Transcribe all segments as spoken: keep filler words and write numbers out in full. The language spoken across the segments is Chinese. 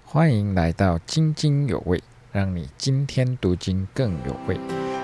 欢迎来到津津有味，让你今天读经更有味。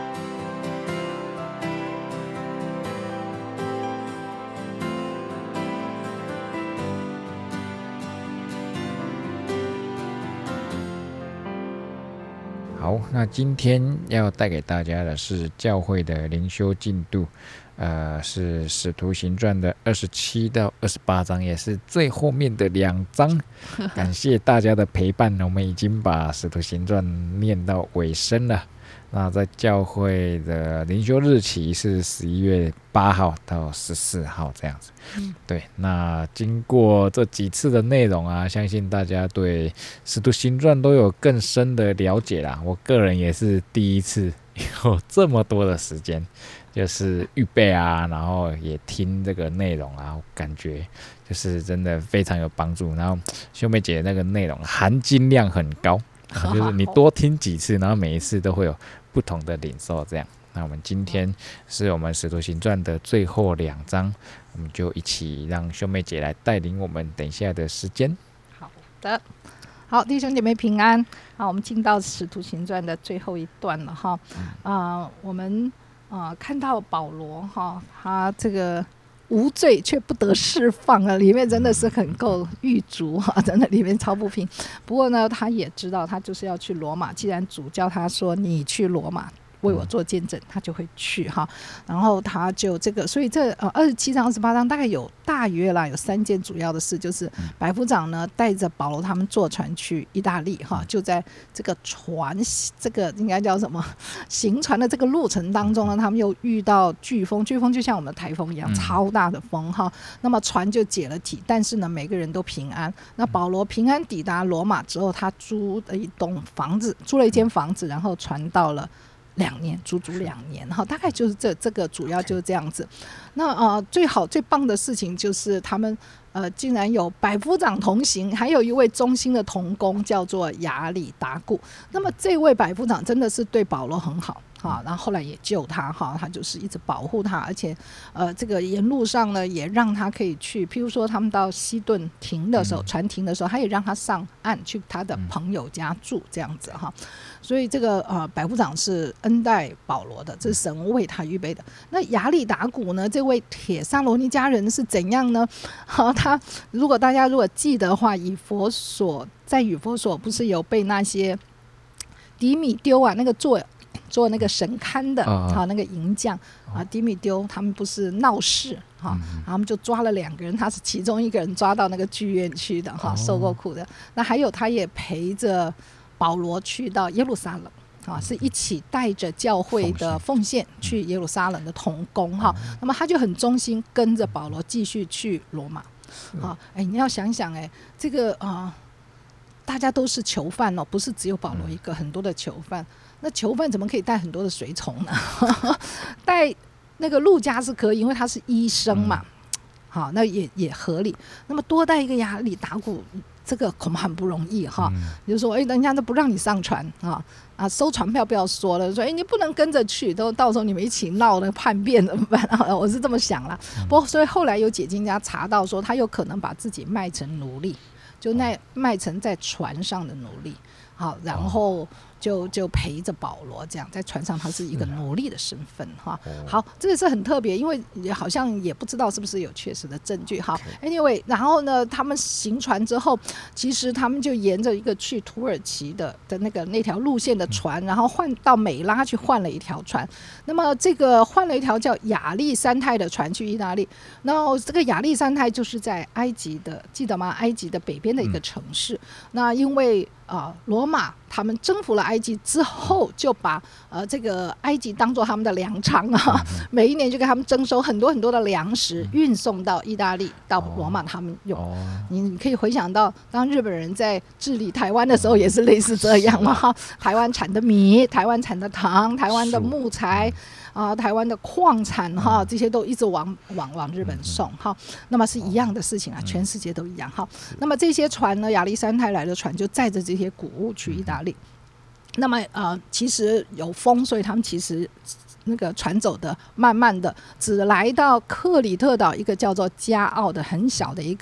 好，那今天要带给大家的是教会的灵修进度，呃，是使徒行传的二十七到二十八章，也是最后面的两章。感谢大家的陪伴，我们已经把使徒行传念到尾声了。那在教会的灵修日期是十一月八号到十四号这样子。嗯、对，那经过这几次的内容啊，相信大家对使徒行传都有更深的了解啦。我个人也是第一次有这么多的时间，就是预备啊，然后也听这个内容啊，我感觉就是真的非常有帮助。然后秀妹姐那个内容含金量很高。啊、就是你多听几次，然后每一次都会有不同的领受。这样，那我们今天是我们《使徒行传》的最后两章，我们就一起让秀妹姐来带领我们等一下的时间。 好的，好，弟兄姐妹平安。好，我们进到《使徒行传》的最后一段了哈。嗯呃、我们、呃、看到保罗哈，他这个。无罪却不得释放啊！里面真的是很够狱卒啊，真的里面超不平。不过呢，他也知道他就是要去罗马，既然主叫他说你去罗马为我做见证，他就会去哈。然后他就这个，所以这呃二十七章、二十八章大概有大约啦，有三件主要的事，就是百夫长呢带着保罗他们坐船去意大利哈，就在这个船这个应该叫什么行船的这个路程当中呢，他们又遇到飓风，飓风就像我们的台风一样，超大的风哈。那么船就解了体，但是呢每个人都平安。那保罗平安抵达罗马之后，他租了一栋房子，租了一间房子，然后传到了。两年，足足两年哈，大概就是这这个主要就是这样子。那呃，最好最棒的事情就是他们呃，竟然有百夫长同行，还有一位忠心的同工叫做亚里达古。那么这位百夫长真的是对保罗很好。好，然后后来也救他哈，他就是一直保护他，而且呃，这个沿路上呢，也让他可以去，譬如说他们到西顿停的时候，船停的时候，他也让他上岸去他的朋友家住这样子哈。所以这个呃百夫长是恩待保罗的，这是神为他预备的。那亚里达古呢，这位帖撒罗尼迦人是怎样呢？好，他如果大家如果记得的话，以弗所在以弗所不是有被那些迪米丢啊那个做。做那个神龛的、哦啊、那个银匠、哦、啊，迪米丢他们不是闹事哈、啊嗯，他们就抓了两个人，他是其中一个人抓到那个剧院去的哈、啊，受过苦的。那还有他也陪着保罗去到耶路撒冷啊，是一起带着教会的奉献去耶路撒冷的同工哈、嗯啊。那么他就很忠心跟着保罗继续去罗马啊。哎，你要想想哎，这个啊，大家都是囚犯哦，不是只有保罗一个，很多的囚犯。那囚犯怎么可以带很多的随从呢？带那个路加是可以，因为他是医生嘛，嗯、好，那也也合理。那么多带一个亚里达古，这个恐怕很不容易哈。嗯、就是说，哎，人家都不让你上船啊啊，收船票不要说了，说哎你不能跟着去，都到时候你们一起闹那个叛变怎么办啊？我是这么想啦。嗯、不过所以后来有解经家查到说，他有可能把自己卖成奴隶，就那卖成在船上的奴隶。好，然后就就陪着保罗这样在船上，他是一个奴隶的身份哈。好，这个是很特别，因为好像也不知道是不是有确实的证据。好 ，anyway， 然后呢，他们行船之后，其实他们就沿着一个去土耳其的的那个那条路线的船，然后换到美拉去换了一条船。那么这个换了一条叫亚历山泰的船去意大利。然后这个亚历山泰就是在埃及的，记得吗？埃及的北边的一个城市。嗯、那因为啊，罗马他们征服了埃及之后，就把呃这个埃及当作他们的粮仓啊，每一年就给他们征收很多很多的粮食，运送到意大利，到罗马他们用。哦、你可以回想到，当日本人在治理台湾的时候，也是类似这样嘛。台湾产的米，台湾产的糖，台湾的木材。啊，台湾的矿产哈，这些都一直往往往日本送哈，那么是一样的事情啊，全世界都一样哈。那么这些船呢，亚历山泰来的船就载着这些谷物去意大利。那么呃，其实有风，所以他们其实那个船走的慢慢的，只来到克里特岛一个叫做加奥的很小的一个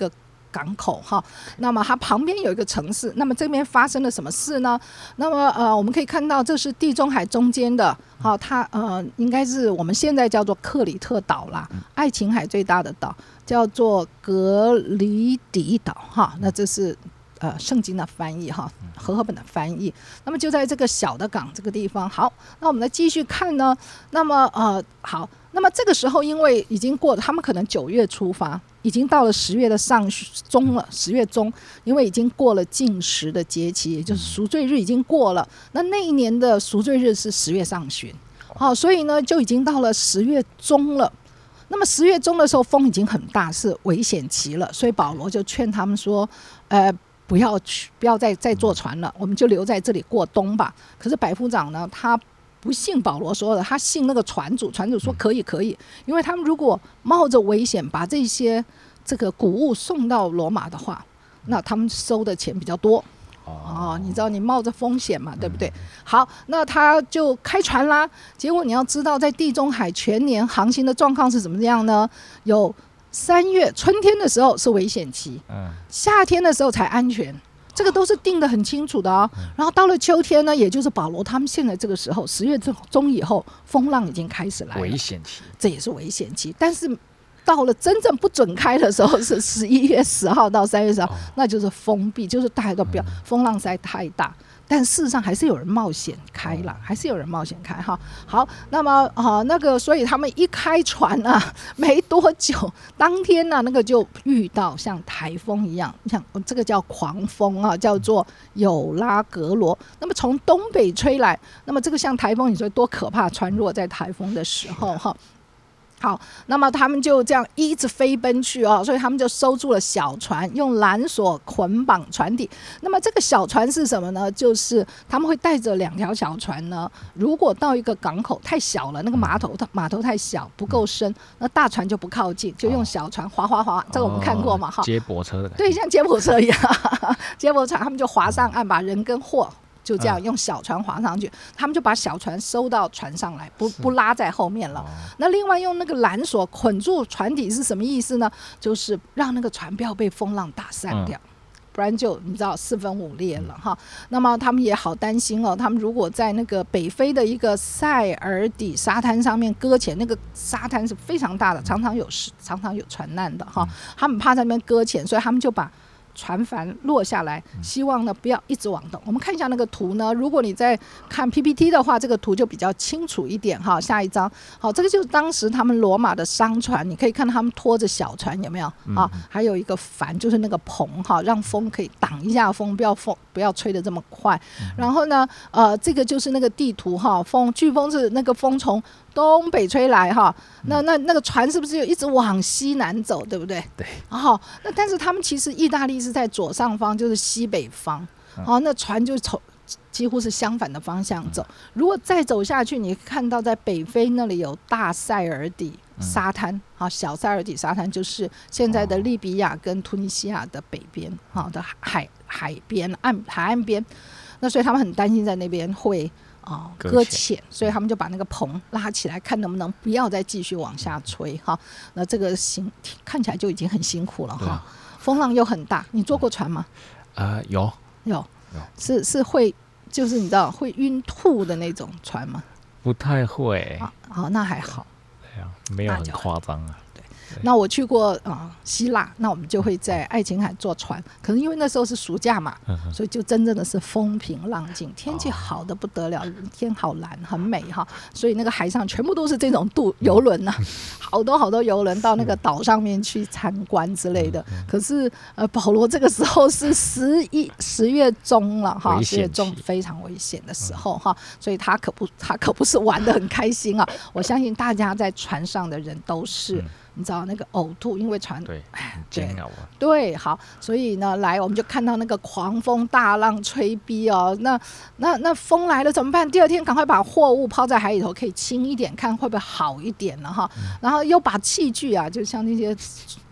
港口哈。那么它旁边有一个城市，那么这边发生了什么事呢？那么呃，我们可以看到这是地中海中间的，好、哦，它呃应该是我们现在叫做克里特岛啦，爱琴海最大的岛叫做格里迪岛哈。那这是呃圣经的翻译哈，和合本的翻译。那么就在这个小的港这个地方，好，那我们再继续看呢。那么呃好。那么这个时候，因为已经过了，他们可能九月出发，已经到了十月的上中了，十月中，因为已经过了禁食的节期，也就是赎罪日已经过了。那那一年的赎罪日是十月上旬，好、哦，所以呢就已经到了十月中了。那么十月中的时候，风已经很大，是危险期了，所以保罗就劝他们说，呃。不要去，不要再再坐船了，我们就留在这里过冬吧。可是百夫长呢，他不信保罗说的，他信那个船主。船主说可以可以，因为他们如果冒着危险把这些这个谷物送到罗马的话，那他们收的钱比较多。哦，你知道你冒着风险嘛，对不对？好，那他就开船啦。结果你要知道，在地中海全年航行的状况是怎么样呢？有三月春天的时候是危险期，夏天的时候才安全，这个都是定得很清楚的哦。然后到了秋天呢，也就是保罗他们现在这个时候，十月中以后，风浪已经开始来了， 危险期， 这也是危险期。但是到了真正不准开的时候，是十一月十号到三月十号，那就是封闭，就是大家都不要，风浪实在太大。但事实上还是有人冒险开了，还是有人冒险开哈。好，那么啊、呃，那个，所以他们一开船啊，没多久，当天呢、啊，那个就遇到像台风一样，像这个叫狂风啊，叫做有拉格罗。那么从东北吹来，那么这个像台风，你说多可怕？船如果在台风的时候哈。好，那么他们就这样一直飞奔去哦，所以他们就收住了小船，用缆索捆绑船底。那么这个小船是什么呢？就是他们会带着两条小船呢，如果到一个港口太小了，那个码头码头太小不够深，那大船就不靠近，就用小船划划划，这个我们看过嘛哈、哦？ 接驳车的感觉， 对，像接驳车一样，接驳船他们就划上岸，把人跟货。就这样用小船划上去，他们就把小船收到船上来，不不拉在后面了。那另外用那个缆索捆住船底是什么意思呢？就是让那个船不要被风浪打散掉，不然就你知道四分五裂了哈。那么他们也好担心哦，他们如果在那个北非的一个塞尔底沙滩上面搁浅，那个沙滩是非常大的，常常有常常有船难的哈。他们怕在那边搁浅，所以他们就把船帆落下来，希望呢不要一直往东。我们看一下那个图呢，如果你在看 P P T 的话，这个图就比较清楚一点哈。下一张，好，这个就是当时他们罗马的商船，你可以看到他们拖着小船有没有啊？还有一个帆，就是那个棚哈，让风可以挡一下风，不要风不要吹得这么快。然后呢，呃，这个就是那个地图哈，风飓风是那个风从东北吹来哈，那那那个船是不是就一直往西南走，对不对？ 对。 哦，那但是他们其实意大利是在左上方，就是西北方，哦，那船就从几乎是相反的方向走。如果再走下去，你看到在北非那里有大塞尔底沙滩，好，小塞尔底沙滩就是现在的利比亚跟突尼西亚的北边，好的海海边岸海岸边，那所以他们很担心在那边会。哦，搁浅，所以他们就把那个棚拉起来，看能不能不要再继续往下吹哈。那这个辛看起来就已经很辛苦了哈，风浪又很大。你坐过船吗？ 呃，有有有，是是会就是你知道会晕吐的那种船吗？ 不太会。 好、哦，那还好。 对啊，没有很夸张啊。 那我去过啊、呃、希腊，那我们就会在爱琴海坐船，可能因为那时候是暑假嘛，所以就真正的是风平浪静，天气好的不得了，天好蓝很美哈，所以那个海上全部都是这种渡游轮呐、啊，好多好多游轮到那个岛上面去参观之类的。可是呃，保罗这个时候是十一十月中了哈，十月中非常危险的时候哈，所以他可不他可不是玩得很开心啊。我相信大家在船上的人都是。你知道那个呕吐，因为船对很煎熬啊。 对，好，所以呢，来我们就看到那个狂风大浪吹逼哦，那那那风来了怎么办？第二天赶快把货物抛在海里头，可以轻一点，看会不会好一点了哈。然后又把器具啊，就像那些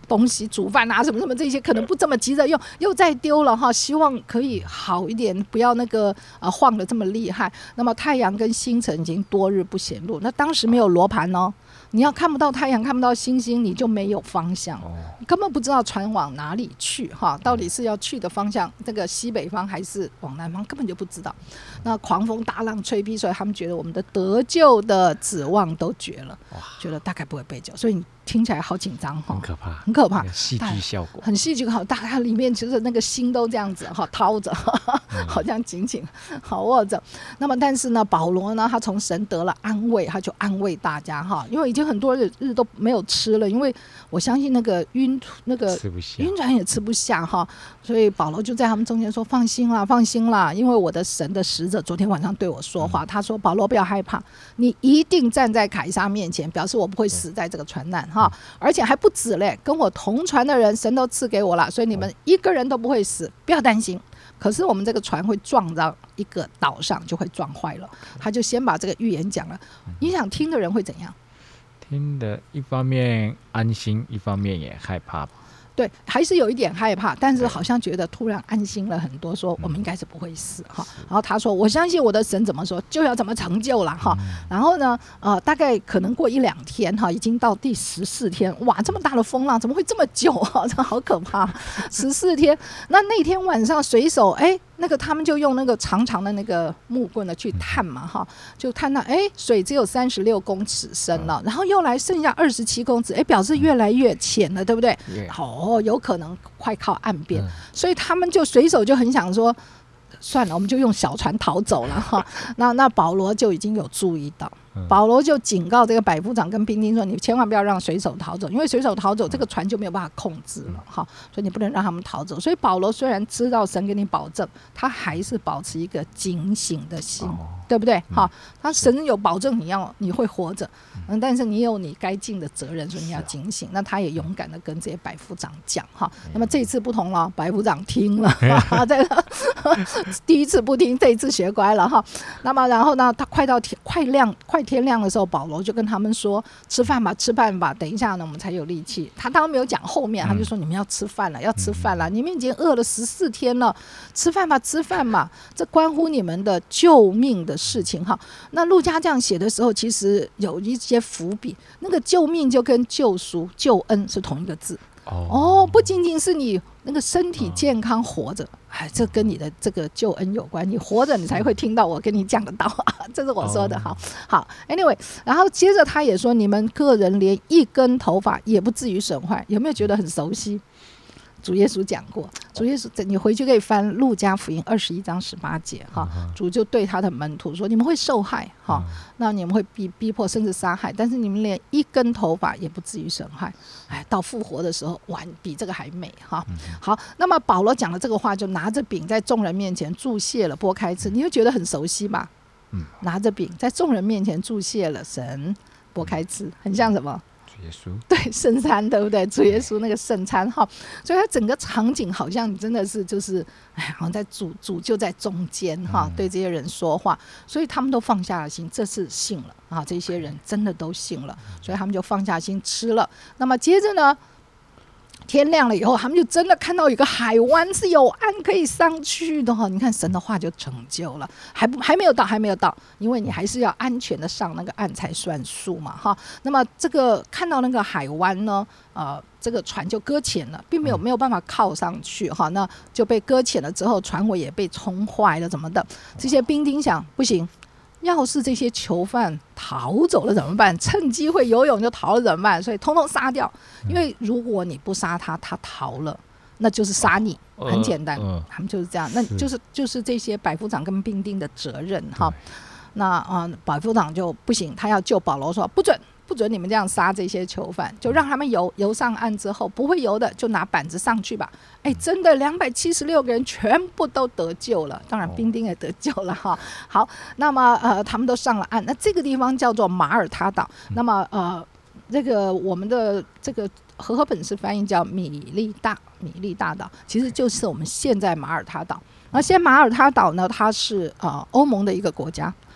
东西煮饭啊什么什么这些可能不这么急着用，又再丢了哈，希望可以好一点，不要那个呃晃得这么厉害。那么太阳跟星辰已经多日不显露，那当时没有罗盘哦，你要看不到太阳看不到星星，你就没有方向，你根本不知道船往哪里去哈，到底是要去的方向这个西北方还是往南方，根本就不知道。那狂风大浪吹逼，所以他们觉得我们的得救的指望都绝了，觉得大概不会被救，所以你听起来好紧张哈， 很可怕， 很可怕， 戏剧效果， 很戏剧好，大概里面其实那个心都这样子哈掏着，好像紧紧好握着。那么但是呢，保罗呢，他从神得了安慰，他就安慰大家哈，因为已经很多日日都没有吃了，因为我相信那个晕那个晕船也吃不下哈，所以保罗就在他们中间说：“放心啦，放心啦，因为我的神的使者昨天晚上对我说话，他说保罗不要害怕，你一定站在凯撒面前，表示我不会死在这个船难哈。”而且还不止嘞，跟我同船的人神都赐给我了，所以你们一个人都不会死，不要担心。可是我们这个船会撞到一个岛上，就会撞坏了。他就先把这个预言讲了，你想听的人会怎样？ 听的一方面安心，一方面也害怕吧。 对，还是有一点害怕，但是好像觉得突然安心了很多，说我们应该是不会死哈。然后他说：“我相信我的神怎么说，就要怎么成就了哈。”然后呢，呃，大概可能过一两天哈，已经到第十四天，哇，这么大的风浪怎么会这么久啊？这好可怕！十四天，那那天晚上水手哎。那个他们就用那个长长的那个木棍呢去探嘛哈，就探到哎水只有三十六公尺深了，然后又来剩下二十七公尺，哎表示越来越浅了，对不对？哦，有可能快靠岸边，所以他们就水手就很想说，算了，我们就用小船逃走了哈。那那保罗就已经有注意到。保罗就警告这个百夫长跟兵丁说：“你千万不要让水手逃走，因为水手逃走，这个船就没有办法控制了哈。所以你不能让他们逃走。所以保罗虽然知道神给你保证，他还是保持一个警醒的心，哦、对不对？哈、嗯，他神有保证你要你会活着，嗯，但是你有你该尽的责任，所以你要警醒。那他也勇敢的跟这些百夫长讲哈。那么这一次不同了，百夫长听了，这个第一次不听，这一次学乖了哈。那么然后呢，他快到天快亮快。天亮的时候，保罗就跟他们说：“吃饭吧，吃饭吧，等一下呢，我们才有力气。”他当然没有讲后面，他就说：“你们要吃饭了，要吃饭了，你们已经饿了十四天了，吃饭吧，吃饭吧，这关乎你们的救命的事情哈。”那路加这样写的时候，其实有一些伏笔，那个救命就跟救赎、救恩是同一个字。哦，不仅仅是你那个身体健康活着，哎，这跟你的这个救恩有关。你活着，你才会听到我跟你讲的道，这是我说的。好，好 ，anyway， 然后接着他也说，你们个人连一根头发也不至于损坏，有没有觉得很熟悉？主耶稣讲过，主耶稣你回去可以翻路加福音二十一章十八节哈，主就对他的门徒说：“你们会受害哈，那你们会逼逼迫甚至杀害，但是你们连一根头发也不至于损害。哎，到复活的时候，哇，比这个还美哈。”好，那么保罗讲了这个话，就拿着饼在众人面前祝谢了，拨开吃，你会觉得很熟悉吧？拿着饼在众人面前祝谢了神，拨开吃，很像什么？ 耶稣对圣餐，对不对？主耶稣那个圣餐哈，所以它整个场景好像真的是就是，哎，好像在主主就在中间哈，对这些人说话，所以他们都放下了心，这次信了啊，这些人真的都信了，所以他们就放下心吃了。那么接着呢？天亮了以后，他们就真的看到有个海湾是有岸可以上去的哈。你看神的话就成就了，还不还没有到，还没有到，因为你还是要安全的上那个岸才算数嘛哈。那么这个看到那个海湾呢，呃，这个船就搁浅了，并没有没有办法靠上去哈。那就被搁浅了之后，船尾也被冲坏了，怎么的？这些兵丁想不行。要是这些囚犯逃走了怎么办？趁机会游泳就逃了怎么办？所以通通杀掉，因为如果你不杀他，他逃了，那就是杀你，很简单，他们就是这样，那就是就是这些百夫长跟兵丁的责任哈。那啊、呃，百夫长就不行，他要救保罗说不准。不准你们这样杀这些囚犯，就让他们游游上岸之后，不会游的就拿板子上去吧。哎，真的两百七十六个人全部都得救了，当然兵丁也得救了哈。好，那么呃，他们都上了岸。那这个地方叫做马耳他岛。那么呃，这个我们的这个和合本是翻译叫米利大米利大岛，其实就是我们现在马耳他岛。那现在马耳他岛呢，它是呃欧盟的一个国家。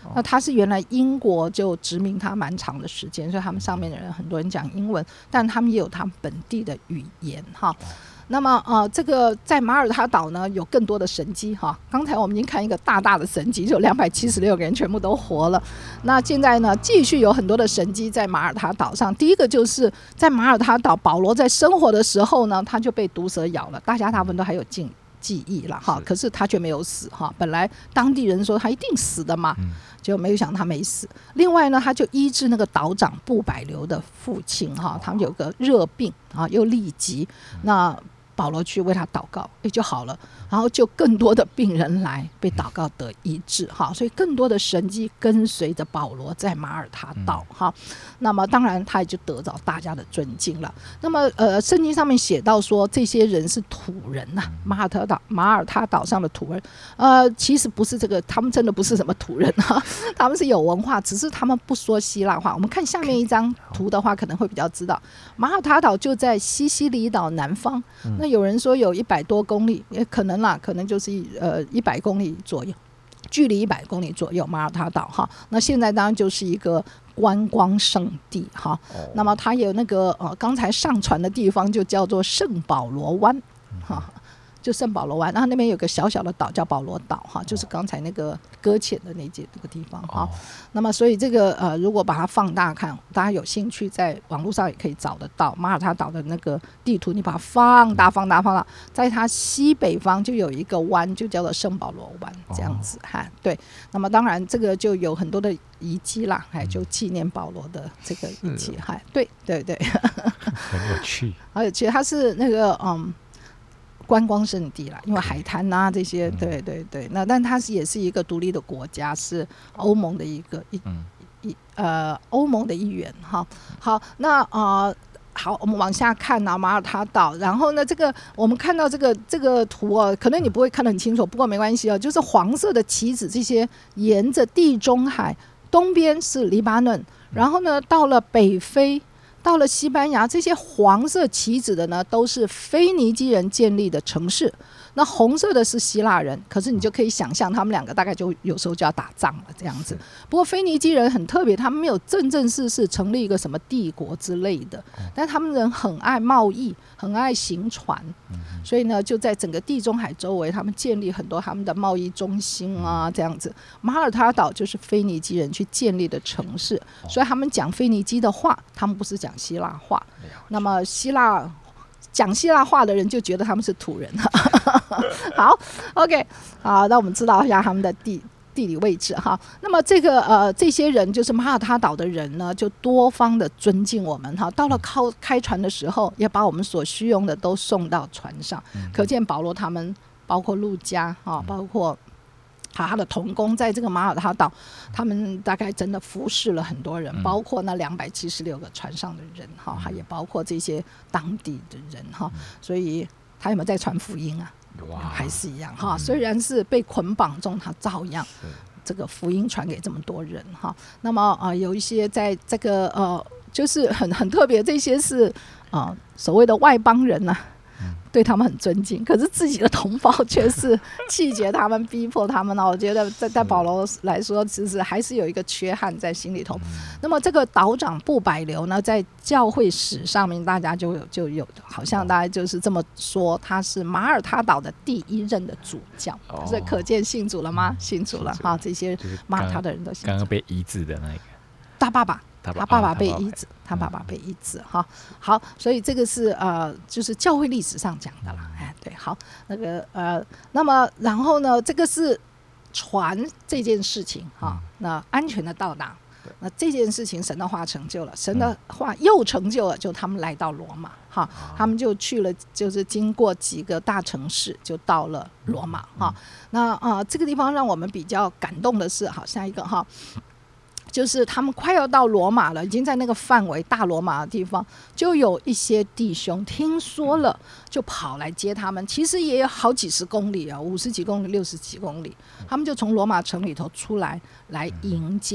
那他是原来英国就殖民他蛮长的时间，所以他们上面的人很多人讲英文，但他们也有他们本地的语言哈。那么呃，这个在马耳他岛呢有更多的神迹哈。刚才我们已经看一个大大的神迹，就两百七十六个人全部都活了。那现在呢，继续有很多的神迹在马耳他岛上。第一个就是在马耳他岛，保罗在生活的时候呢，他就被毒蛇咬了，大家大部分都还有记记忆了哈，可是他却没有死哈。本来当地人说他一定死的嘛，就没有想到他没死。另外呢，他就医治那个岛长布百流的父亲哈，他们有个热病啊，又痢疾，那保罗去为他祷告，也就好了。然后就更多的病人来被祷告得医治哈，所以更多的神迹跟随着保罗在马耳他岛哈。那么当然他也就得到大家的尊敬了。那么呃，圣经上面写到说这些人是土人呐、啊，马耳他岛马耳他岛上的土人，呃，其实不是这个，他们真的不是什么土人啊，他们是有文化，只是他们不说希腊话。我们看下面一张图的话，可能会比较知道，马耳他岛就在西西里岛南方。那有人说有一百多公里，也可能啦，可能就是呃一百公里左右，距离一百公里左右，马耳他岛哈。那现在当然就是一个观光胜地哈。哦、那么它有那个呃刚才上船的地方就叫做圣保罗湾哈。就圣保罗湾，然后那边有个小小的岛叫保罗岛哈，就是刚才那个搁浅的那节那个地方哈。哦、那么所以这个呃，如果把它放大看，大家有兴趣在网络上也可以找得到马耳他岛的那个地图，你把它放大放大放大，在它西北方就有一个湾，就叫做圣保罗湾这样子哈。哦、对，那么当然这个就有很多的遗迹啦，哎，就纪念保罗的这个遗迹哈。对对对， 很有趣， 很有趣，它是那个嗯。观光胜地啦，因为海滩啊这些，对对对，那但它是也是一个独立的国家，是欧盟的一个一、嗯、一呃欧盟的一员哈。好，那呃好，我们往下看啊，马耳他岛，然后呢，这个我们看到这个这个图哦，可能你不会看得很清楚，不过没关系哦，就是黄色的旗子，这些沿着地中海东边是黎巴嫩，然后呢到了北非。到了西班牙，这些黄色旗子的呢，都是腓尼基人建立的城市。那红色的是希腊人，可是你就可以想象，他们两个大概就有时候就要打仗了这样子。不过腓尼基人很特别，他们没有正正式式成立一个什么帝国之类的，但他们人很爱贸易，很爱行船，所以呢，就在整个地中海周围，他们建立很多他们的贸易中心啊，这样子。马耳他岛就是腓尼基人去建立的城市，所以他们讲腓尼基的话，他们不是讲希腊话。那么希腊讲希腊话的人就觉得他们是土人。好 ，OK， 好，那我们知道一下他们的地地理位置哈。那么这个呃这些人就是马耳他岛的人呢，就多方的尊敬我们哈。到了靠开船的时候，也把我们所需用的都送到船上。可见保罗他们，包括路加哈，包括。好，他的同工在这个马耳他岛，他们大概真的服侍了很多人，包括那两百七十六个船上的人哈，也包括这些当地的人哈。所以他有没有在传福音啊？还是一样哈。虽然是被捆绑中，他照样这个福音传给这么多人哈。那么啊、呃，有一些在这个呃，就是很很特别，这些是啊、呃、所谓的外邦人呐、啊。对他们很尊敬，可是自己的同胞却是气绝他们，逼迫他们。我觉得在在保罗来说，其实还是有一个缺憾在心里头。那么这个岛长布百流呢，在教会史上面，大家就有就有，好像大家就是这么说，他是马耳他岛的第一任的主教。所以可见信主了吗？信主了哈，这些马耳他的人都信主。 刚刚被医治的那个大爸爸。他爸爸被医治，他爸爸被医治哈。好，所以这个是呃，就是教会历史上讲的啦。哎，对，好，那个呃，那么然后呢，这个是船这件事情哈，那安全的到达，那这件事情神的话成就了，神的话又成就了，就他们来到罗马哈，他们就去了，就是经过几个大城市，就到了罗马哈。那啊、呃，这个地方让我们比较感动的是，好，下一个哈。就是他们快要到罗马了，已经在那个范围大罗马的地方，就有一些弟兄听说了，就跑来接他们。其实也有好几十公里啊，五十几公里、六十几公里，他们就从罗马城里头出来，来迎接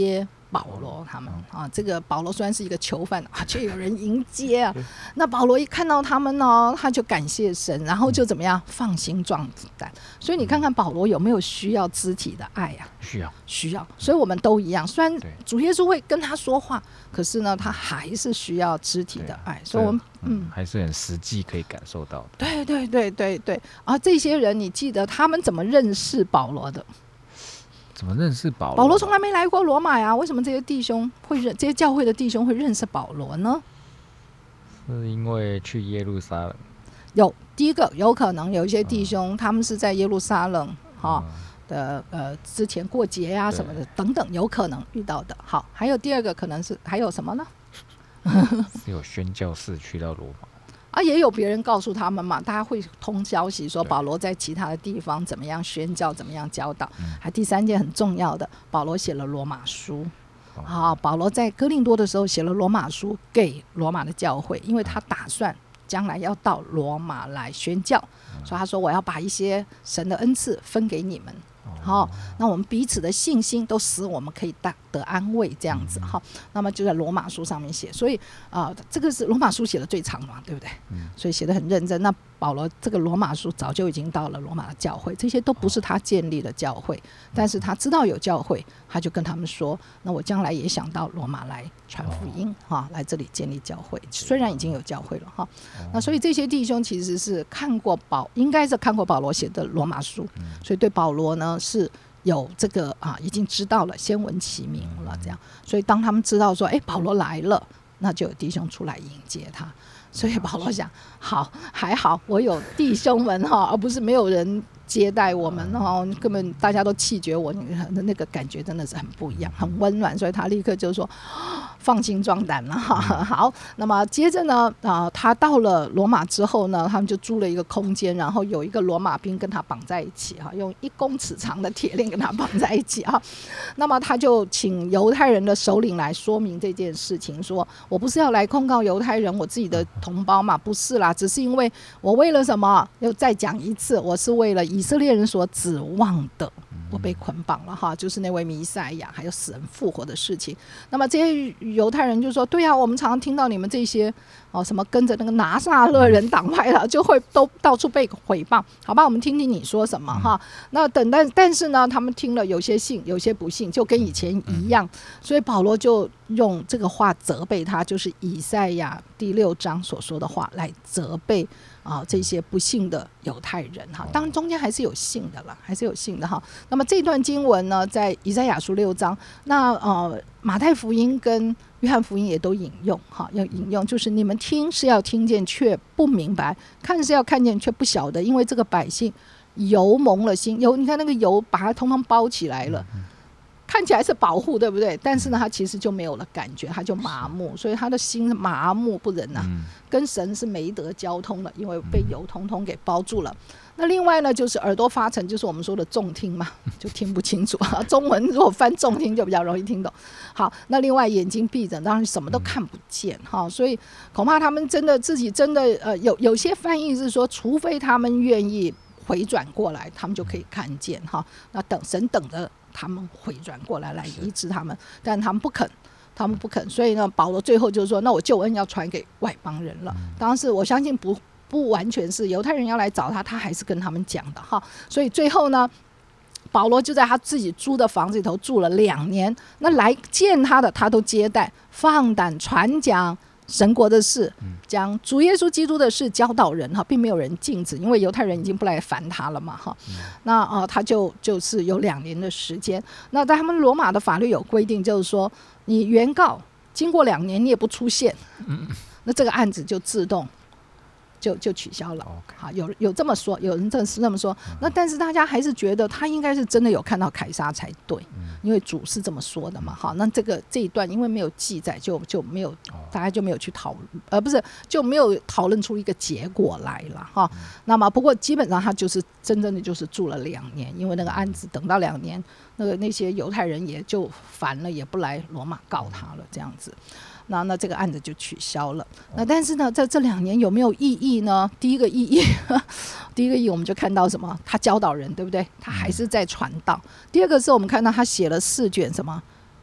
保罗他们啊。这个保罗虽然是一个囚犯啊，却有人迎接啊。那保罗一看到他们呢，他就感谢神，然后就怎么样放心壮胆。所以你看看保罗有没有需要肢体的爱啊？ 需要， 需要。所以我们都一样，虽然主耶稣会跟他说话，可是呢，他还是需要肢体的爱。所以我们嗯，还是很实际可以感受到的。 对对对对对。啊，这些人你记得他们怎么认识保罗的？ 怎么认识保罗？ 保罗从来没来过罗马呀，为什么这些弟兄会认，这些教会的弟兄会认识保罗呢？ 是因为去耶路撒冷。 有第一个有可能有一些弟兄，嗯、他们是在耶路撒冷哈、嗯、的呃之前过节呀、啊、什么的等等，有可能遇到的。好，还有第二个可能是还有什么呢？ 是有宣教士去到罗马。 啊，也有别人告诉他们嘛，大家会通消息说保罗在其他的地方怎么样宣教，怎么样教导。嗯、还第三件很重要的，保罗写了罗马书。哦、啊，保罗在哥林多的时候写了罗马书给罗马的教会，因为他打算将来要到罗马来宣教，嗯、所以他说我要把一些神的恩赐分给你们。好、哦，那我们彼此的信心都使我们可以得安慰，这样子哈、嗯。那么就在罗马书上面写，所以啊、呃，这个是罗马书写的最长嘛，对不对？嗯、所以写得很认真。那保罗这个罗马书早就已经到了罗马的教会，这些都不是他建立的教会，但是他知道有教会，他就跟他们说：那我将来也想到罗马来传福音哈，来这里建立教会。虽然已经有教会了哈，那所以这些弟兄其实是看过保，应该是看过保罗写的罗马书，所以对保罗呢是有这个啊，已经知道了，先闻其名了这样。所以当他们知道说，哎，保罗来了，那就有弟兄出来迎接他。所以保罗想，好，还好我有弟兄们哈，而不是没有人接待我们哈，根本大家都弃绝我，那个感觉真的是很不一样，很温暖。所以他立刻就说，放心壮胆了哈。好，那么接着呢，啊、呃，他到了罗马之后呢，他们就租了一个空间，然后有一个罗马兵跟他绑在一起哈，用一公尺长的铁链跟他绑在一起哈。那么他就请犹太人的首领来说明这件事情，说我不是要来控告犹太人，我自己的同胞嘛，不是啦，只是因为我为了什么？又再讲一次，我是为了以色列人所指望的，我被捆绑了哈，就是那位弥赛亚还有死人复活的事情。那么这些犹太人就说：对啊，我们常常听到你们这些哦什么跟着那个拿撒勒人党派了，就会都到处被毁谤。好吧，我们听听你说什么哈。那等但但是呢，他们听了有些信，有些不信，就跟以前一样。所以保罗就用这个话责备他，就是以赛亚第六章所说的话来责备啊这些不信的犹太人哈。当然中间还是有信的啦，还是有信的哈。那么这段经文呢，在以赛亚书六章，那呃马太福音跟约翰福音也都引用哈，要引用就是你们听是要听见却不明白，看是要看见却不晓得，因为这个百姓油蒙了心，油你看那个油把它通通包起来了。看起来是保护，对不对？但是呢，他其实就没有了感觉，他就麻木，所以他的心麻木不仁呐、啊，嗯、跟神是没得交通了，因为被油通通给包住了。那另外呢，就是耳朵发沉，就是我们说的重听嘛，就听不清楚。中文如果翻重听就比较容易听懂。好，那另外眼睛闭着，当然什么都看不见哈，所以恐怕他们真的自己真的呃，有有些翻译是说，除非他们愿意回转过来，他们就可以看见哈。那等神等着他们回转过来来医治他们，但他们不肯，他们不肯，所以呢，保罗最后就是说，那我救恩要传给外邦人了。当时我相信不不完全是犹太人要来找他，他还是跟他们讲的哈。所以最后呢，保罗就在他自己租的房子里头住了两年，那来见他的他都接待，放胆传讲神国的事，将主耶稣基督的事教导人哈，并没有人禁止，因为犹太人已经不来烦他了嘛哈。那呃，他就就是有两年的时间。那在他们罗马的法律有规定，就是说你原告经过两年你也不出现，那这个案子就自动就就取消了。好，有有这么说，有人这是这么说。那但是大家还是觉得他应该是真的有看到凯撒才对，因为主是这么说的嘛。好，那这个这一段因为没有记载，就就没有大家就没有去讨论，呃，不是就没有讨论出一个结果来了哈。那么不过基本上他就是真正的就是住了两年，因为那个案子等到两年，那个那些犹太人也就烦了，也不来罗马告他了，这样子。那那这个案子就取消了。那但是呢，在这两年有没有意义呢？第一个意义，第一个意义我们就看到什么？他教导人，对不对？他还是在传道。第二个是我们看到他写了四卷什么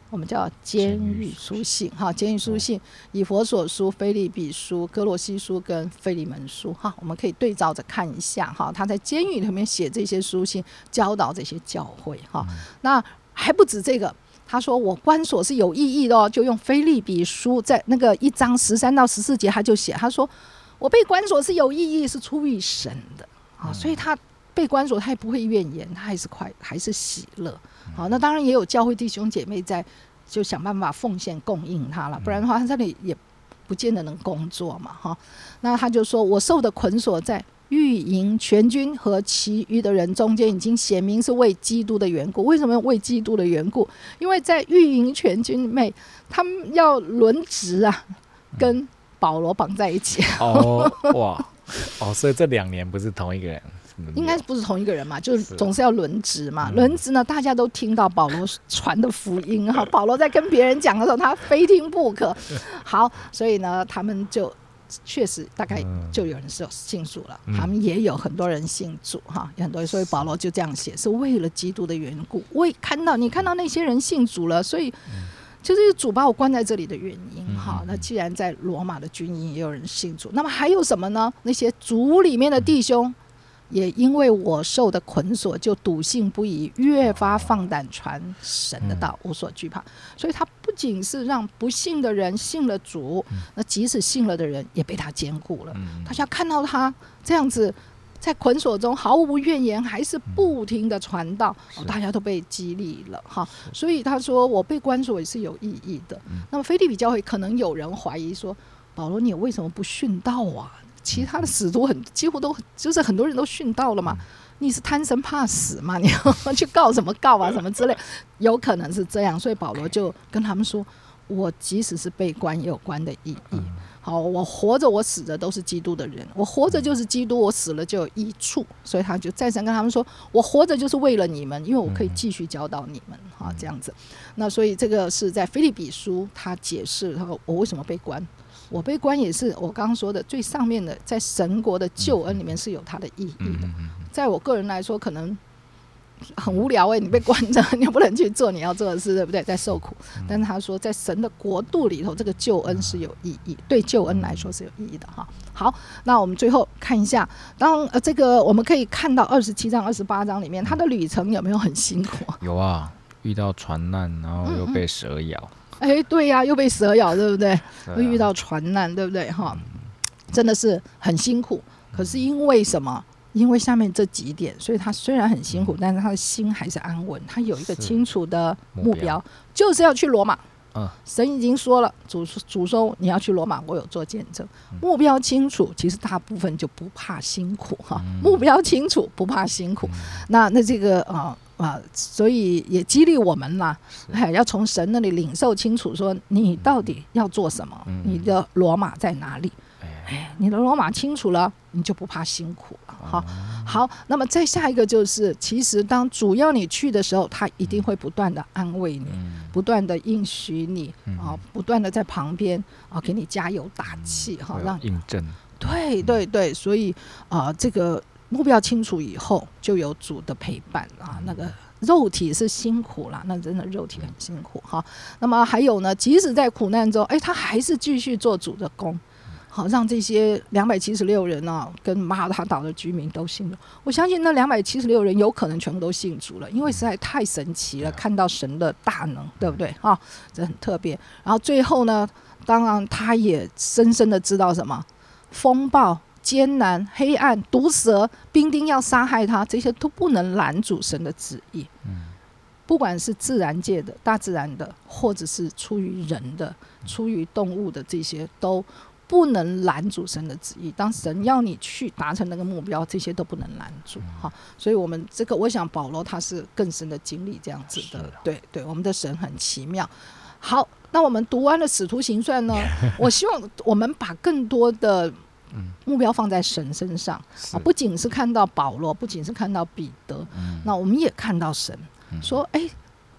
我们叫监狱书信哈，监狱书信，以弗所书、腓立比书、哥罗西书跟腓利门书哈，我们可以对照着看一下哈。他在监狱里面写这些书信，教导这些教会哈。那还不止这个，他说我关锁是有意义的哦，就用腓立比书在那个一章十三到十四节，他就写，他说我被关锁是有意义，是出于神的啊，所以他被关锁他也不会怨言，他还是快还是喜乐。好，那当然也有教会弟兄姐妹在就想办法奉献供应他了，不然的话他这里也不见得能工作嘛哈。那他就说我受的捆锁在御营全军和其余的人中间已经显明是为基督的缘故。为什么为基督的缘故？因为在御营全军内他们要轮值啊，跟保罗绑在一起。 哦哇哦，所以这两年不是同一个人， 应该不是同一个人嘛，就是总是要轮值嘛。轮值呢，大家都听到保罗传的福音哈，保罗在跟别人讲的时候，他非听不可。好，所以呢，他们就确实大概就有人是信主了，嗯、他们也有很多人信主哈，有很多人，所以保罗就这样写，是为了基督的缘故。我也看到你看到那些人信主了，所以。就是主把我关在这里的原因哈。那既然在罗马的军营也有人信主，那么还有什么呢？那些族里面的弟兄也因为我受的捆锁，就笃信不疑，越发放胆传神的道，无所惧怕。所以他不仅是让不信的人信了主，那即使信了的人也被他兼顾了。大家看到他这样子在捆锁中毫无怨言，还是不停的传道、哦、大家都被激励了哈。所以他说我被关锁也是有意义的。那么腓立比教会可能有人怀疑说，保罗你为什么不殉道啊？其他的使徒很几乎都就是很多人都殉道了嘛，你是贪生怕死嘛？你要去告什么告啊什么之类，有可能是这样。所以保罗就跟他们说，我即使是被关也有关的意义。好，我活着我死着都是基督的人，我活着就是基督，我死了就有益处。所以他就再三跟他们说，我活着就是为了你们，因为我可以继续教导你们哈，这样子。那所以这个是在腓立比书他解释他说我为什么被关，我被关也是我刚刚说的最上面的，在神国的救恩里面是有它的意义的。在我个人来说可能很无聊哎、欸，你被关着，你不能去做你要做的事，对不对？在受苦。但是他说，在神的国度里头，这个救恩是有意义，对救恩来说是有意义的哈。好，那我们最后看一下，当呃这个我们可以看到二十七章、二十八章里面，他的旅程有没有很辛苦？ 有啊，遇到船难，然后又被蛇咬。 哎、嗯嗯，对呀、啊，又被蛇咬，对不对？又遇到船难，对不对？哈，真的是很辛苦。可是因为什么？因为下面这几点，所以他虽然很辛苦、嗯、但是他的心还是安稳，他有一个清楚的目标, 目标就是要去罗马、嗯、神已经说了， 主, 主说你要去罗马，我有做见证、嗯、目标清楚，其实大部分就不怕辛苦、嗯、目标清楚不怕辛苦、嗯、那那这个呃啊，所以也激励我们啦，要从神那里领受清楚，说你到底要做什么、嗯、你的罗马在哪里，哎，你的罗马清楚了，你就不怕辛苦了。好，好，那么再下一个就是，其实当主要你去的时候，他一定会不断的安慰你，嗯、不断的应许你、嗯啊、不断的在旁边啊给你加油打气，哈、嗯，让印证。 对对对，所以啊，这个目标清楚以后，就有主的陪伴啊，那个。肉体是辛苦啦，那真的肉体很辛苦哈。那么还有呢，即使在苦难中，哎，他还是继续做主的工，好让这些两百七十六人啊，跟马耳他岛的居民都信了。我相信那两百七十六人有可能全部都信主了，因为实在太神奇了，看到神的大能，对不对啊？这很特别。然后最后呢，当然他也深深的知道什么风暴。艰难、黑暗、毒蛇、兵丁要杀害他，这些都不能拦阻神的旨意。嗯、不管是自然界的、大自然的，或者是出于人的、出于动物的，这些都不能拦阻神的旨意。当神要你去达成那个目标，这些都不能拦阻。嗯、所以我们这个，我想保罗他是更深的经历这样子的。对对，我们的神很奇妙。好，那我们读完了《使徒行传》呢，我希望我们把更多的。目标放在神身上、啊、不仅是看到保罗，不仅是看到彼得、嗯、那我们也看到神、嗯、说哎，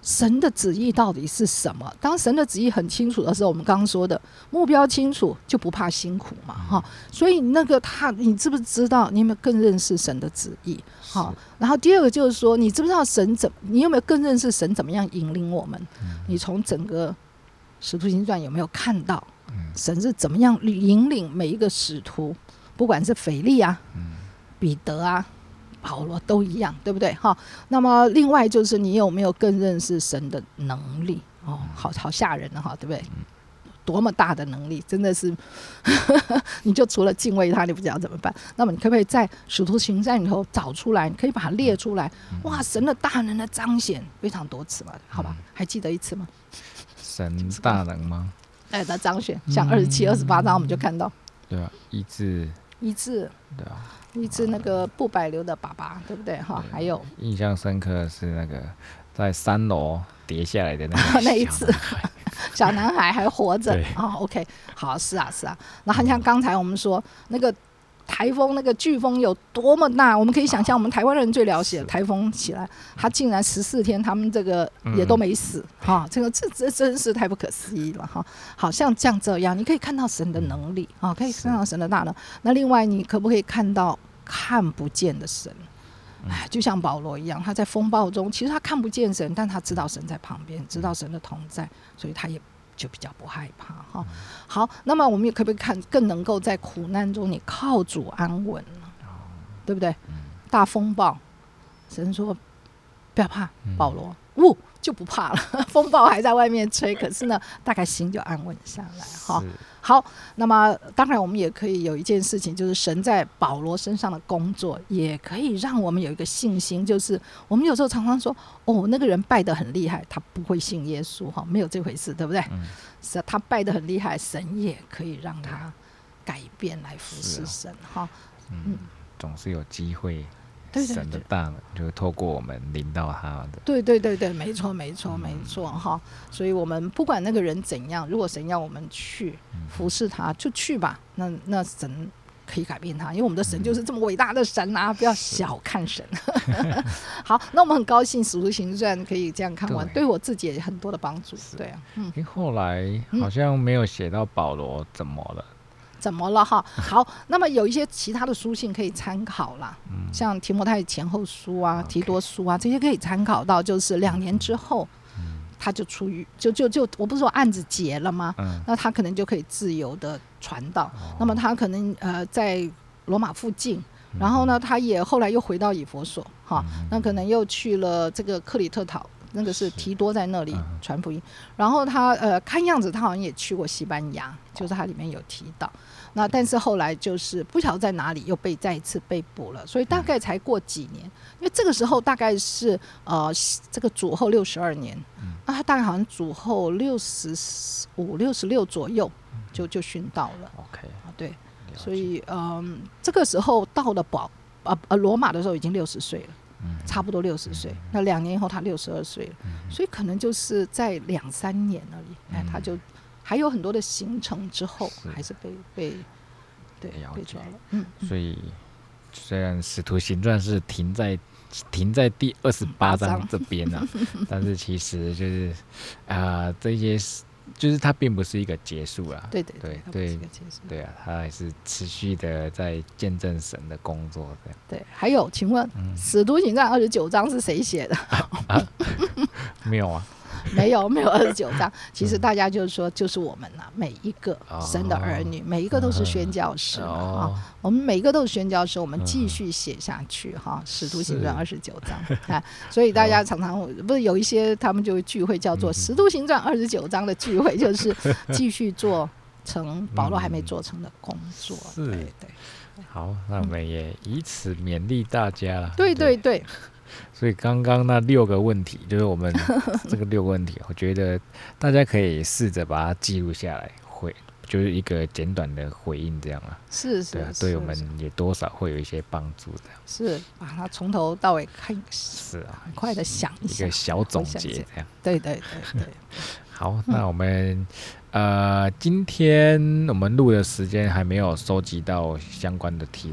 神的旨意到底是什么？当神的旨意很清楚的时候，我们刚刚说的目标清楚，就不怕辛苦嘛，哈。所以那个他，你知不知道？你有没有更认识神的旨意？好，然后第二个就是说，你知不知道神怎？你有没有更认识神怎么样引领我们？你从整个使徒行传有没有看到神是怎么样引领每一个使徒？不管是腓利啊、彼得啊、保罗都一样，对不对？哈，那么另外就是你有没有更认识神的能力？哦，好好吓人了哈，对不对？多么大的能力，真的是你就除了敬畏他，你不知道怎么办。那么你可不可以在使徒行传里头找出来？你可以把它列出来。哇，神的大能的彰显非常多次嘛，好吧？还记得一次吗？ 神大能吗？ 哎，的彰显，像二十七、二十八章我们就看到， 对啊，医治。 医治， 对啊， 医治那个不百流的爸爸，对不对？哈，还有印象深刻的是那个在三楼跌下来的那个那一次，小男孩还活着啊、哦。OK， 好，是啊，是啊。然后像刚才我们说那个台风，那个飓风有多么大，我们可以想象，我们台湾人最了解台风起来，他竟然十四天，他们这个也都没死，哈、嗯哦，这个这这真是太不可思议了哈。好像像这样，你可以看到神的能力啊、哦，可以看到神的大能。那另外，你可不可以看到看不见的神？哎，就像保罗一样，他在风暴中，其实他看不见神，但他知道神在旁边，知道神的同在，所以他也就比较不害怕哈。好，那么我们也可不可以看更能够在苦难中你靠主安稳呢？对不对？大风暴，神说不要怕，保罗，呜、哦、就不怕了，风暴还在外面吹，可是呢，大概心就安稳下来哈。好，那么当然我们也可以有一件事情，就是神在保罗身上的工作，也可以让我们有一个信心，就是我们有时候常常说，哦，那个人拜得很厉害，他不会信耶稣哈，没有这回事，对不对？嗯、是他拜得很厉害，神也可以让他改变来服侍神哈、哦。 嗯，总是有机会。神的大能就透过我们领到他的， 对对对对，没错没错没错哈。所以我们不管那个人怎样，如果神要我们去服侍他，就去吧。那那神可以改变他，因为我们的神就是这么伟大的神啊！不要小看神。好，那我们很高兴《使徒行传》可以这样看完，对我自己也很多的帮助。对啊， 嗯。后来好像没有写到保罗怎么了。 怎么了哈？好，那么有一些其他的书信可以参考啦，嗯、像提摩太前后书啊、提多书啊，这些可以参考到。就是两年之后，嗯、他就出狱，就就就我不是说案子结了吗？嗯、那他可能就可以自由的传道。哦、那么他可能呃在罗马附近，然后呢，他也后来又回到以弗所哈，嗯、那可能又去了这个克里特岛。那个是提多在那里传福音，然后他呃看样子他好像也去过西班牙，就是他里面有提到。那但是后来就是不晓得在哪里又被再一次被捕了，所以大概才过几年，因为这个时候大概是呃这个主后六十二年，那他大概好像主后六十五、六十六左右就就殉道了。 OK， 对，所以嗯这个时候到了保呃呃罗马的时候已经六十岁了。差不多六十岁，那两年以后他六十二岁了，所以可能就是在两三年而已，哎，他就还有很多的行程之后，还是被被对被抓了。嗯， 所以虽然《使徒行传》是停在停在第二十八章这边啊，但是其实就是啊、呃、这些。就是它并不是一个结束啦， 对对对对对啊，它还是持续的在见证神的工作这样。 对，还有，请问《嗯、使徒行传》二十九章是谁写的？啊啊、没有啊。 没有没有二十九章，其实大家就是说，就是我们呐、啊，每一个神的儿女，哦、每一个都是宣教士、哦、啊，我们每一个都是宣教士，我们继续写下去哈，《使徒行传》二十九章啊，所以大家常常不是有一些他们就聚会叫做《使徒行传》二十九章的聚会，就是继续做成保罗还没做成的工作， 嗯、 对对。 好，那我们也以此勉励大家了。 对对对。 所以刚刚那六个问题，就是我们这个六个问题，我觉得大家可以试着把它记录下来，回就是一个简短的回应这样啊。 是是， 对啊，对我们也多少会有一些帮助这样。 是，把它从头到尾看， 是啊， 很快的想一想， 一个小总结这样。 对对对对。 好，那我们、嗯、呃，今天我们录的时间还没有收集到相关的提问，不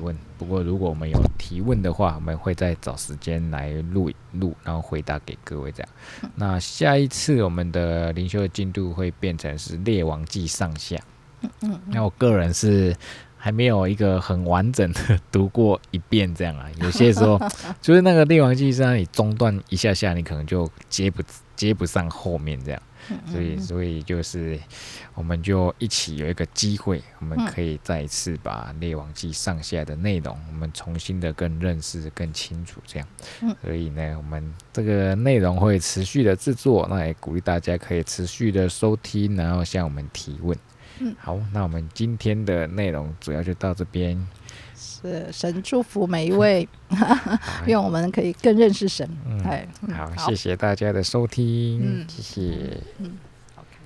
不过如果我们有提问的话，我们会再找时间来录录，然后回答给各位这样。那下一次我们的灵修的进度会变成是列王记上下。那我个人是还没有一个很完整的读过一遍这样啊，有些时候就是那个列王记上你中断一下下，你可能就接不接不上后面这样。所以，所以就是我们就一起有一个机会，我们可以再一次把《列王记》上下的内容，我们重新的更认识、更清楚这样。所以呢，我们这个内容会持续的制作，那也鼓励大家可以持续的收听，然后向我们提问。好，那我们今天的内容主要就到这边。 是神祝福每一位，愿我们可以更认识神。 嗯，好，谢谢大家的收听，嗯、谢谢。 嗯